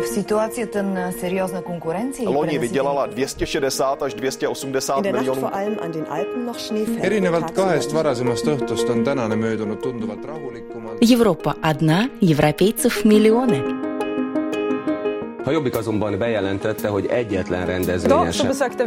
v situacii ten seriózna konkurenci. Loni vydělala 260 až 280 miljonů. Erinevalt kahest varasemast õhtust on tänane möödunud tunduvalt rahulikumalt. Европа одна, европейцев миллионы. A Jobbik azonban bejelentette, hogy egyetlen rendezvényesen.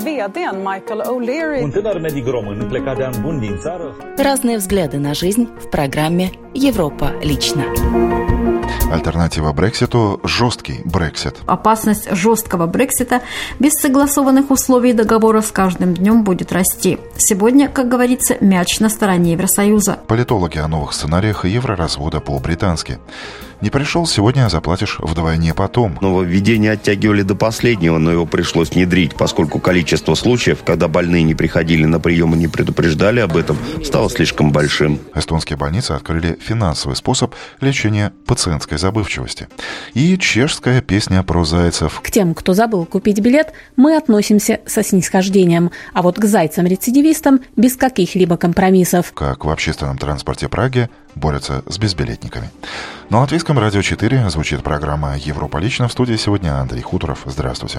Разные взгляды на жизнь в программе «Европа лично». Альтернатива Брекситу – жесткий Брексит. Опасность жесткого Брексита без согласованных условий договора с каждым днем будет расти. Сегодня, как говорится, мяч на стороне Евросоюза. Политологи о новых сценариях евроразвода по-британски. Не пришел сегодня, заплатишь вдвойне потом. Нововведение оттягивали до последнего, но его пришлось внедрить, поскольку количество случаев, когда больные не приходили на прием и не предупреждали об этом, стало слишком большим. Эстонские больницы открыли финансовый способ лечения пациентской забывчивости. И чешская песня про зайцев. К тем, кто забыл купить билет, мы относимся со снисхождением, а вот к зайцам-рецидивистам без каких-либо компромиссов. Как в общественном транспорте Праги борются с безбилетниками. На Латвийском радио 4 звучит программа «Европа лично». В студии сегодня Андрей Хуторов. Здравствуйте.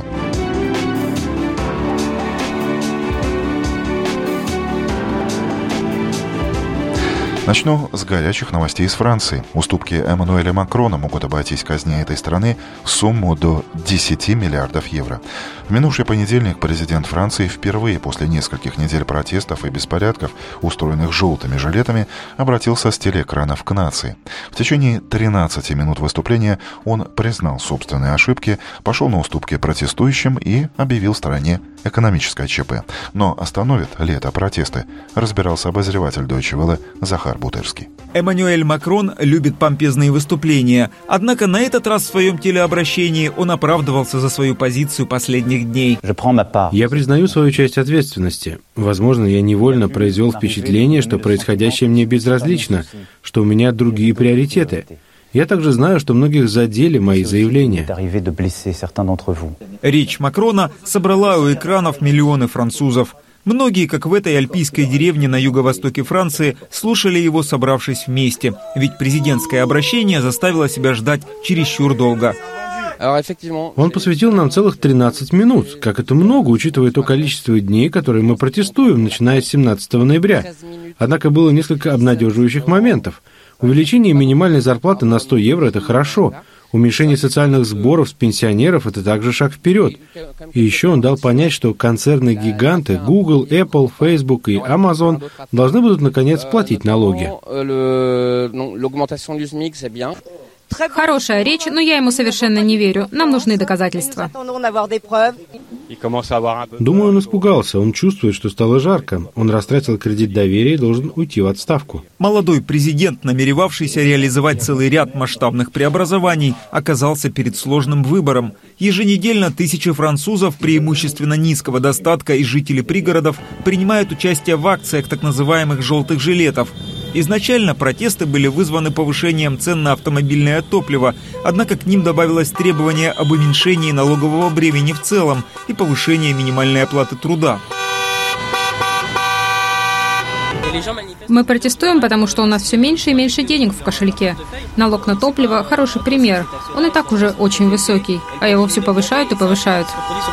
Начну с горячих новостей из Франции. Уступки Эммануэля Макрона могут обойтись казне этой страны в сумму до 10 миллиардов евро. В минувший понедельник президент Франции впервые после нескольких недель протестов и беспорядков, устроенных желтыми жилетами, обратился с телеэкранов к нации. В течение 13 минут выступления он признал собственные ошибки, пошел на уступки протестующим и объявил стране экономическое ЧП. Но остановит ли это протесты, разбирался обозреватель Deutsche Welle Захар Бутырский. Эммануэль Макрон любит помпезные выступления, однако на этот раз в своем телеобращении он оправдывался за свою позицию последних дней. Я признаю свою часть ответственности. Возможно, я невольно произвел впечатление, что происходящее мне безразлично, что у меня другие приоритеты. Я также знаю, что многих задели мои заявления. Речь Макрона собрала у экранов миллионы французов. Многие, как в этой альпийской деревне на юго-востоке Франции, слушали его, собравшись вместе. Ведь президентское обращение заставило себя ждать чересчур долго. Он посвятил нам целых 13 минут. Как это много, учитывая то количество дней, которые мы протестуем, начиная с 17 ноября. Однако было несколько обнадеживающих моментов. Увеличение минимальной зарплаты на 100 евро – это хорошо. Уменьшение социальных сборов с пенсионеров – это также шаг вперед. И еще он дал понять, что концерны-гиганты Google, Apple, Facebook и Amazon должны будут, наконец, платить налоги. Хорошая речь, но я ему совершенно не верю. Нам нужны доказательства. Думаю, он испугался. Он чувствует, что стало жарко. Он растратил кредит доверия и должен уйти в отставку. Молодой президент, намеревавшийся реализовать целый ряд масштабных преобразований, оказался перед сложным выбором. Еженедельно тысячи французов, преимущественно низкого достатка и жители пригородов, принимают участие в акциях так называемых «желтых жилетов». Изначально протесты были вызваны повышением цен на автомобильное топливо, однако к ним добавилось требование об уменьшении налогового бремени в целом и повышении минимальной оплаты труда. Мы протестуем, потому что у нас все меньше и меньше денег в кошельке. Налог на топливо – хороший пример. Он и так уже очень высокий, а его все повышают и повышают.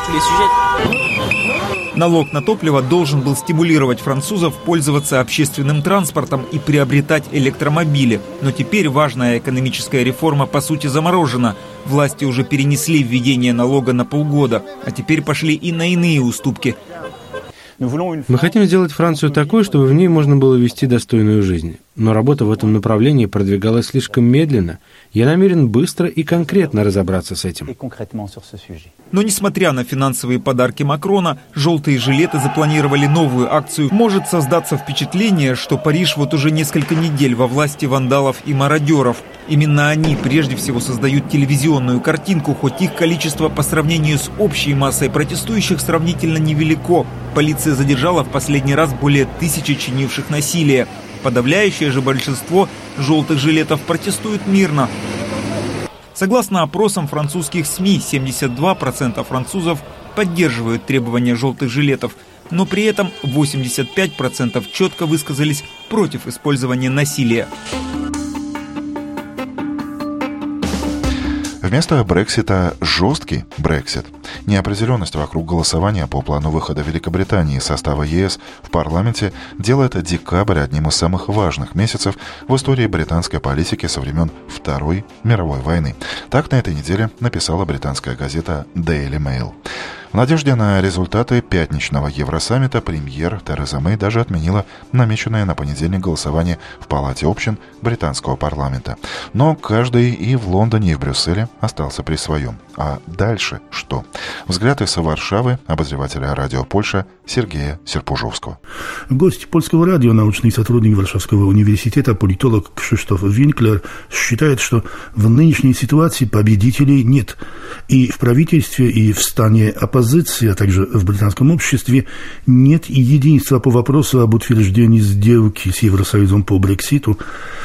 Налог на топливо должен был стимулировать французов пользоваться общественным транспортом и приобретать электромобили. Но теперь важная экономическая реформа по сути заморожена. Власти уже перенесли введение налога на полгода, а теперь пошли и на иные уступки. Мы хотим сделать Францию такой, чтобы в ней можно было вести достойную жизнь. Но работа в этом направлении продвигалась слишком медленно. Я намерен быстро и конкретно разобраться с этим. Но несмотря на финансовые подарки Макрона, желтые жилеты запланировали новую акцию. Может создаться впечатление, что Париж вот уже несколько недель во власти вандалов и мародеров. Именно они прежде всего создают телевизионную картинку, хоть их количество по сравнению с общей массой протестующих сравнительно невелико. Полиция задержала в последний раз более 1000 чинивших насилие. Подавляющее же большинство желтых жилетов протестуют мирно. Согласно опросам французских СМИ, 72% французов поддерживают требования желтых жилетов, но при этом 85% четко высказались против использования насилия. В Вместо Брексита жесткий Брексит. Неопределенность вокруг голосования по плану выхода Великобритании из состава ЕС в парламенте делает декабрь одним из самых важных месяцев в истории британской политики со времен Второй мировой войны. Так на этой неделе написала британская газета Daily Mail. В надежде на результаты пятничного Евросаммита премьер Тереза Мэй даже отменила намеченное на понедельник голосование в Палате общин британского парламента. Но каждый и в Лондоне, и в Брюсселе остался при своем. А дальше что? Взгляд из Варшавы обозревателя радио Польша Сергея Серпужовского. Гость польского радио, научный сотрудник Варшавского университета, политолог Кшиштоф Винклер считает, что в нынешней ситуации победителей нет. И в правительстве, и в стане оппозиции, а также в британском обществе нет единства по вопросу об утверждении сделки с Евросоюзом по Брекситу.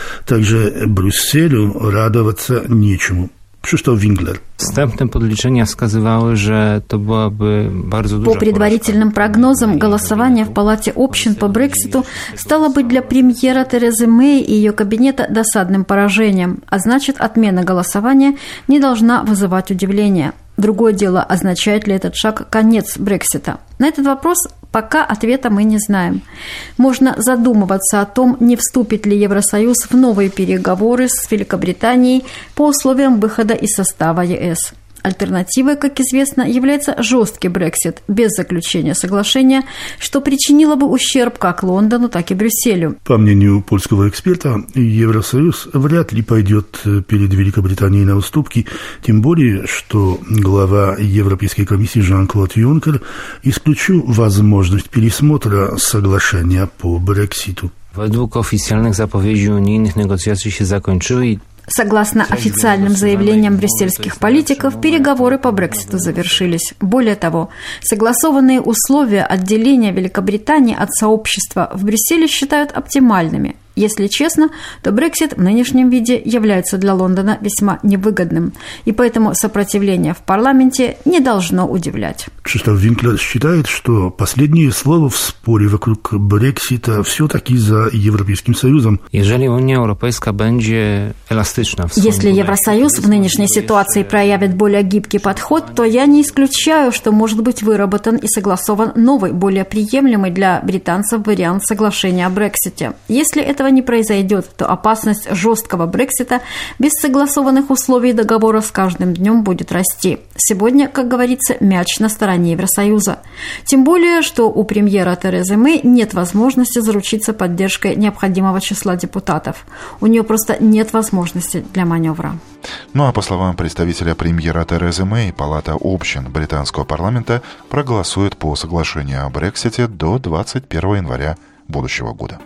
Также Брюсселю радоваться нечему. Krzysztof Winkler. Wstępne podliczenia wskazywały, że to byłaby bardzo duża. По предварительным прогнозам, голосование в Палате общин по Брекситу стало быть для премьера Терезы Мэй и ее кабинета досадным поражением, а значит, отмена голосования не должна вызывать удивления. Другое дело, означает ли этот шаг конец Брексита. На этот вопрос пока ответа мы не знаем. Можно задумываться о том, не вступит ли Евросоюз в новые переговоры с Великобританией по условиям выхода из состава ЕС. Альтернативой, как известно, является жесткий Брексит без заключения соглашения, что причинило бы ущерб как Лондону, так и Брюсселю. По мнению польского эксперта, Евросоюз вряд ли пойдет перед Великобританией на уступки, тем более, что глава Европейской комиссии Жан-Клод Юнкер исключил возможность пересмотра соглашения по Брекситу. Według oficjalnych zapowiedzi unijnych negocjacje się zakończyły i Согласно официальным заявлениям брюссельских политиков, переговоры по Брекситу завершились. Более того, согласованные условия отделения Великобритании от сообщества в Брюсселе считают оптимальными. Если честно, то Брексит в нынешнем виде является для Лондона весьма невыгодным, и поэтому сопротивление в парламенте не должно удивлять. Krzysztof Winkler считает, что последнее слово в споре вокруг Брексита все-таки за Европейским Союзом. Если Уния Европейская будет эластична, если Евросоюз в нынешней ситуации проявит более гибкий подход, то я не исключаю, что может быть выработан и согласован новый, более приемлемый для британцев вариант соглашения о Брексите. Если этого не произойдет, то опасность жесткого Брексита без согласованных условий договора с каждым днем будет расти. Сегодня, как говорится, мяч на стороне Евросоюза. Тем более, что у премьера Терезы Мэй нет возможности заручиться поддержкой необходимого числа депутатов. У нее просто нет возможности для маневра. Ну а по словам представителя премьера Терезы Мэй, Палата общин британского парламента проголосует по соглашению о Брексите до 21 января будущего года.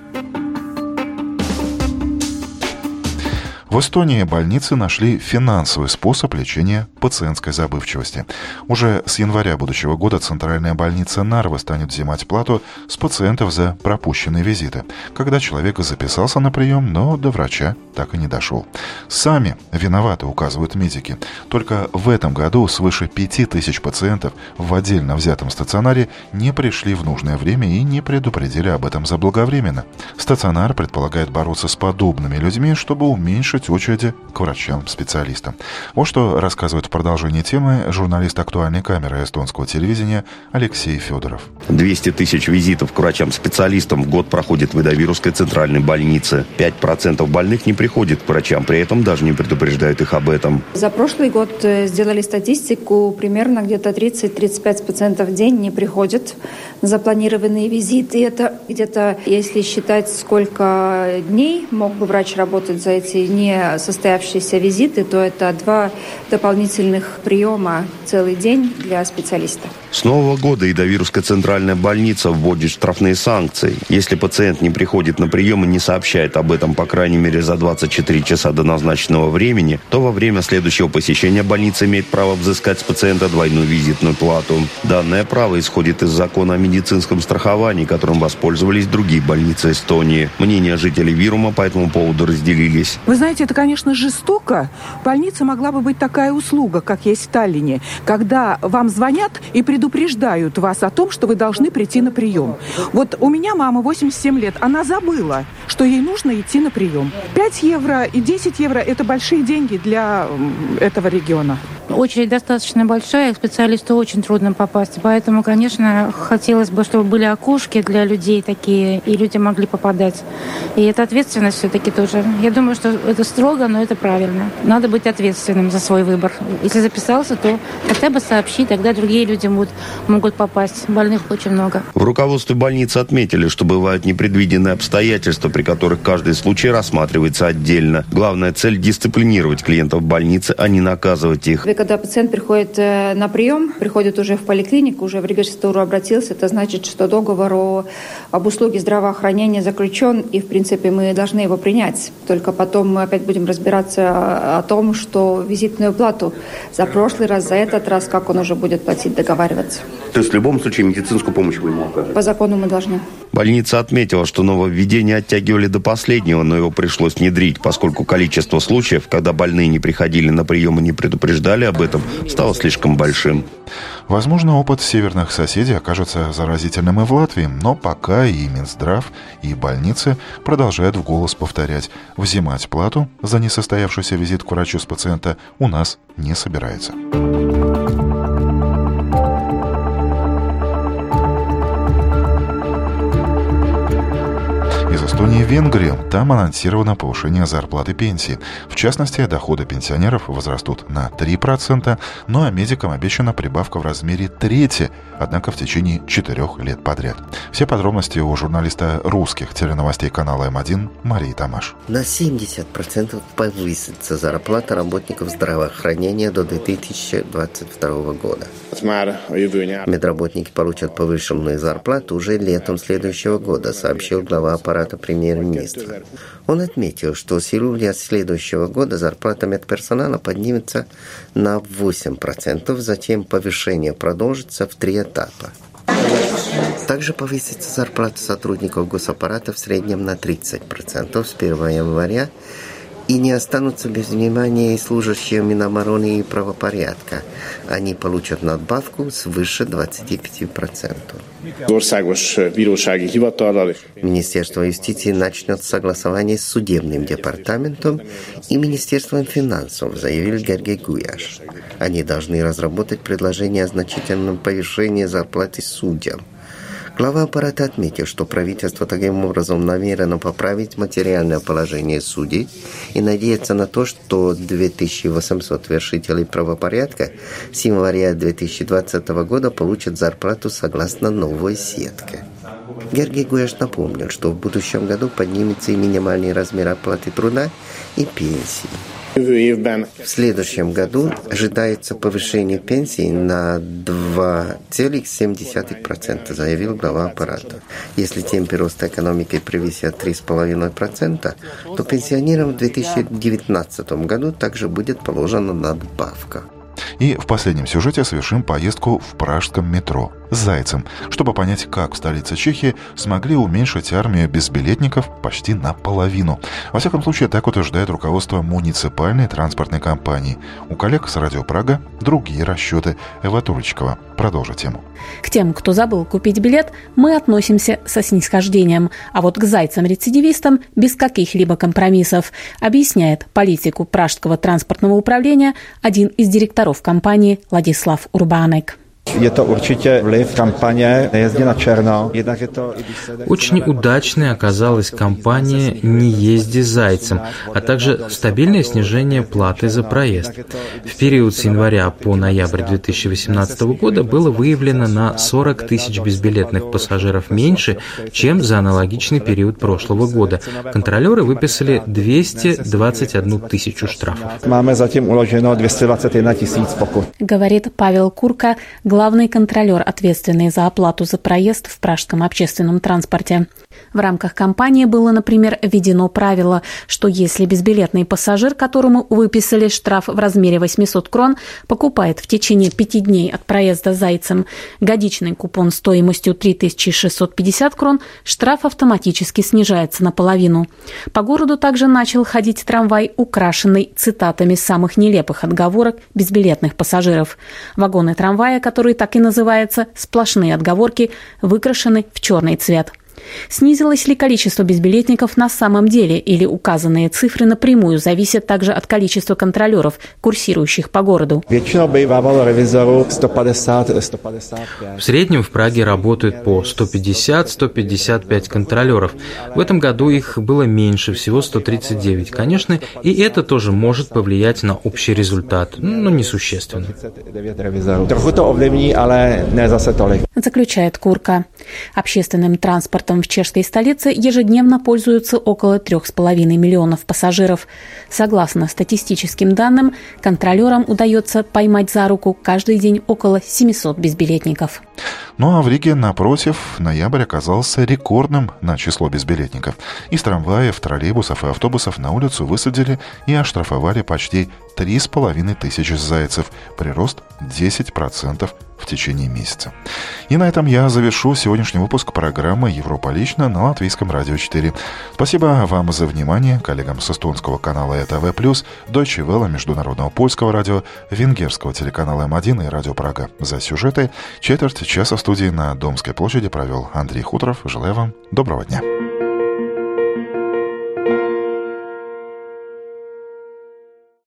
В Эстонии больницы нашли финансовый способ лечения пациентской забывчивости. Уже с января будущего года центральная больница Нарвы станет взимать плату с пациентов за пропущенные визиты, когда человек записался на прием, но до врача так и не дошел. Сами виноваты, указывают медики. Только в этом году свыше 5000 пациентов в отдельно взятом стационаре не пришли в нужное время и не предупредили об этом заблаговременно. Стационар предполагает бороться с подобными людьми, чтобы уменьшить очереди к врачам-специалистам. Вот что рассказывает в продолжении темы журналист «Актуальной камеры» эстонского телевидения Алексей Федоров. 200 тысяч визитов к врачам-специалистам в год проходит в Идавирской центральной больнице. 5% больных не приходят к врачам, при этом даже не предупреждают их об этом. За прошлый год сделали статистику, примерно где-то 30-35% в день не приходят на запланированные визиты. И это где-то, если считать, сколько дней мог бы врач работать за эти не состоявшиеся визиты, то это 2 дополнительных приема целый день для специалиста. С Нового года Идавирская центральная больница вводит штрафные санкции. Если пациент не приходит на прием и не сообщает об этом, по крайней мере, за 24 часа до назначенного времени, то во время следующего посещения больница имеет право взыскать с пациента двойную визитную плату. Данное право исходит из закона о медицинском медицинском страховании, которым воспользовались другие больницы Эстонии. Мнения жителей Вирума по этому поводу разделились. Вы знаете, это, конечно, жестоко. В больнице могла бы быть такая услуга, как есть в Таллине, когда вам звонят и предупреждают вас о том, что вы должны прийти на прием. Вот у меня мама 87 лет, она забыла, что ей нужно идти на прием. 5 евро и 10 евро – это большие деньги для этого региона. Очередь достаточно большая, к специалисту очень трудно попасть. Поэтому, конечно, хотелось бы, чтобы были окошки для людей такие, и люди могли попадать. И это ответственность все-таки тоже. Я думаю, что это строго, но это правильно. Надо быть ответственным за свой выбор. Если записался, то хотя бы сообщи, тогда другие люди могут попасть. Больных очень много. В руководстве больницы отметили, что бывают непредвиденные обстоятельства, при которых каждый случай рассматривается отдельно. Главная цель – дисциплинировать клиентов больницы, а не наказывать их. Когда пациент приходит на прием, приходит уже в поликлинику, уже в регистратуру обратился, это значит, что договор об услуге здравоохранения заключен, и, в принципе, мы должны его принять. Только потом мы опять будем разбираться о том, что визитную плату за прошлый раз, за этот раз, как он уже будет платить, договариваться. То есть в любом случае медицинскую помощь вы ему окажете? По закону мы должны. Больница отметила, что нововведение оттягивали до последнего, но его пришлось внедрить, поскольку количество случаев, когда больные не приходили на прием и не предупреждали об этом, стало слишком большим. Возможно, опыт северных соседей окажется заразительным и в Латвии, но пока и Минздрав, и больницы продолжают в голос повторять: взимать плату за несостоявшийся визит к врачу с пациента у нас не собирается. Из Эстонии в Венгрию. Там анонсировано повышение зарплат и пенсий. В частности, доходы пенсионеров возрастут на 3%, ну а медикам обещана прибавка в размере трети, однако в течение 4 лет подряд. Все подробности у журналиста русских теленовостей канала М1 Марии Тамаш. На 70% повысится зарплата работников здравоохранения до 2022 года. Медработники получат повышенную зарплату уже летом следующего года, сообщил глава аппарата премьер-министра. Он отметил, что с июля следующего года зарплата медперсонала поднимется на 8%, затем повышение продолжится в 3 этапа. Также повысится зарплата сотрудников госаппарата в среднем на 30% с 1 января, и не останутся без внимания и служащие Минобороны и правопорядка. Они получат надбавку свыше 25%. Министерство юстиции начнет согласование с судебным департаментом и Министерством финансов, заявил Гергей Гуяш. Они должны разработать предложение о значительном повышении зарплаты судьям. Глава аппарата отметил, что правительство таким образом намерено поправить материальное положение судей и надеется на то, что 2800 вершителей правопорядка с января 2020 года получат зарплату согласно новой сетке. Гергей Гуяш напомнил, что в будущем году поднимется и минимальный размер оплаты труда и пенсии. В следующем году ожидается повышение пенсий на 2,7%, заявил глава аппарата. Если темпы роста экономики превысят 3,5%, то пенсионерам в 2019 году также будет положена надбавка. И в последнем сюжете совершим поездку в пражском метро с Зайцем, чтобы понять, как в столице Чехии смогли уменьшить армию безбилетников почти наполовину. Во всяком случае, так утверждает руководство муниципальной транспортной компании. У коллег с Радио Прага другие расчеты. Эва Турочкова продолжит тему. К тем, кто забыл купить билет, мы относимся со снисхождением, а вот к зайцам-рецидивистам без каких-либо компромиссов, объясняет политику Пражского транспортного управления один из директоров компании Ладислав Урбанек. Очень удачной оказалась кампания «Не езди зайцем», а также стабильное снижение платы за проезд. В период с января по ноябрь 2018 года было выявлено на 40 тысяч безбилетных пассажиров меньше, чем за аналогичный период прошлого года. Контролеры выписали 221 тысячу штрафов. Говорит Павел Курка, глава главный контролер, ответственный за оплату за проезд в пражском общественном транспорте. В рамках кампании было, например, введено правило, что если безбилетный пассажир, которому выписали штраф в размере 800 крон, покупает в течение 5 дней от проезда зайцем годичный купон стоимостью 3650 крон, штраф автоматически снижается наполовину. По городу также начал ходить трамвай, украшенный цитатами самых нелепых отговорок безбилетных пассажиров. Вагоны трамвая, которые так и называются «сплошные отговорки», выкрашены в черный цвет. Снизилось ли количество безбилетников на самом деле, или указанные цифры напрямую зависят также от количества контролеров, курсирующих по городу? В среднем в Праге работают по 150-155 контролеров. В этом году их было меньше, всего 139. Конечно, и это тоже может повлиять на общий результат, но несущественно. Заключает Курка. Общественным транспортом в чешской столице ежедневно пользуются около 3,5 миллионов пассажиров. Согласно статистическим данным, контролерам удается поймать за руку каждый день около 700 безбилетников. Ну а в Риге, напротив, ноябрь оказался рекордным на число безбилетников. Из трамваев, троллейбусов и автобусов на улицу высадили и оштрафовали почти 3500 зайцев, прирост 10% в течение месяца. И на этом я завершу сегодняшний выпуск программы «Европа лично» на Латвийском радио 4. Спасибо вам за внимание, коллегам с эстонского канала ЭТВ+, Deutsche Welle, международного польского радио, венгерского телеканала М1 и радио Прага за сюжеты. Четверть часа в студии на Домской площади провел Андрей Хуторов. Желаю вам доброго дня.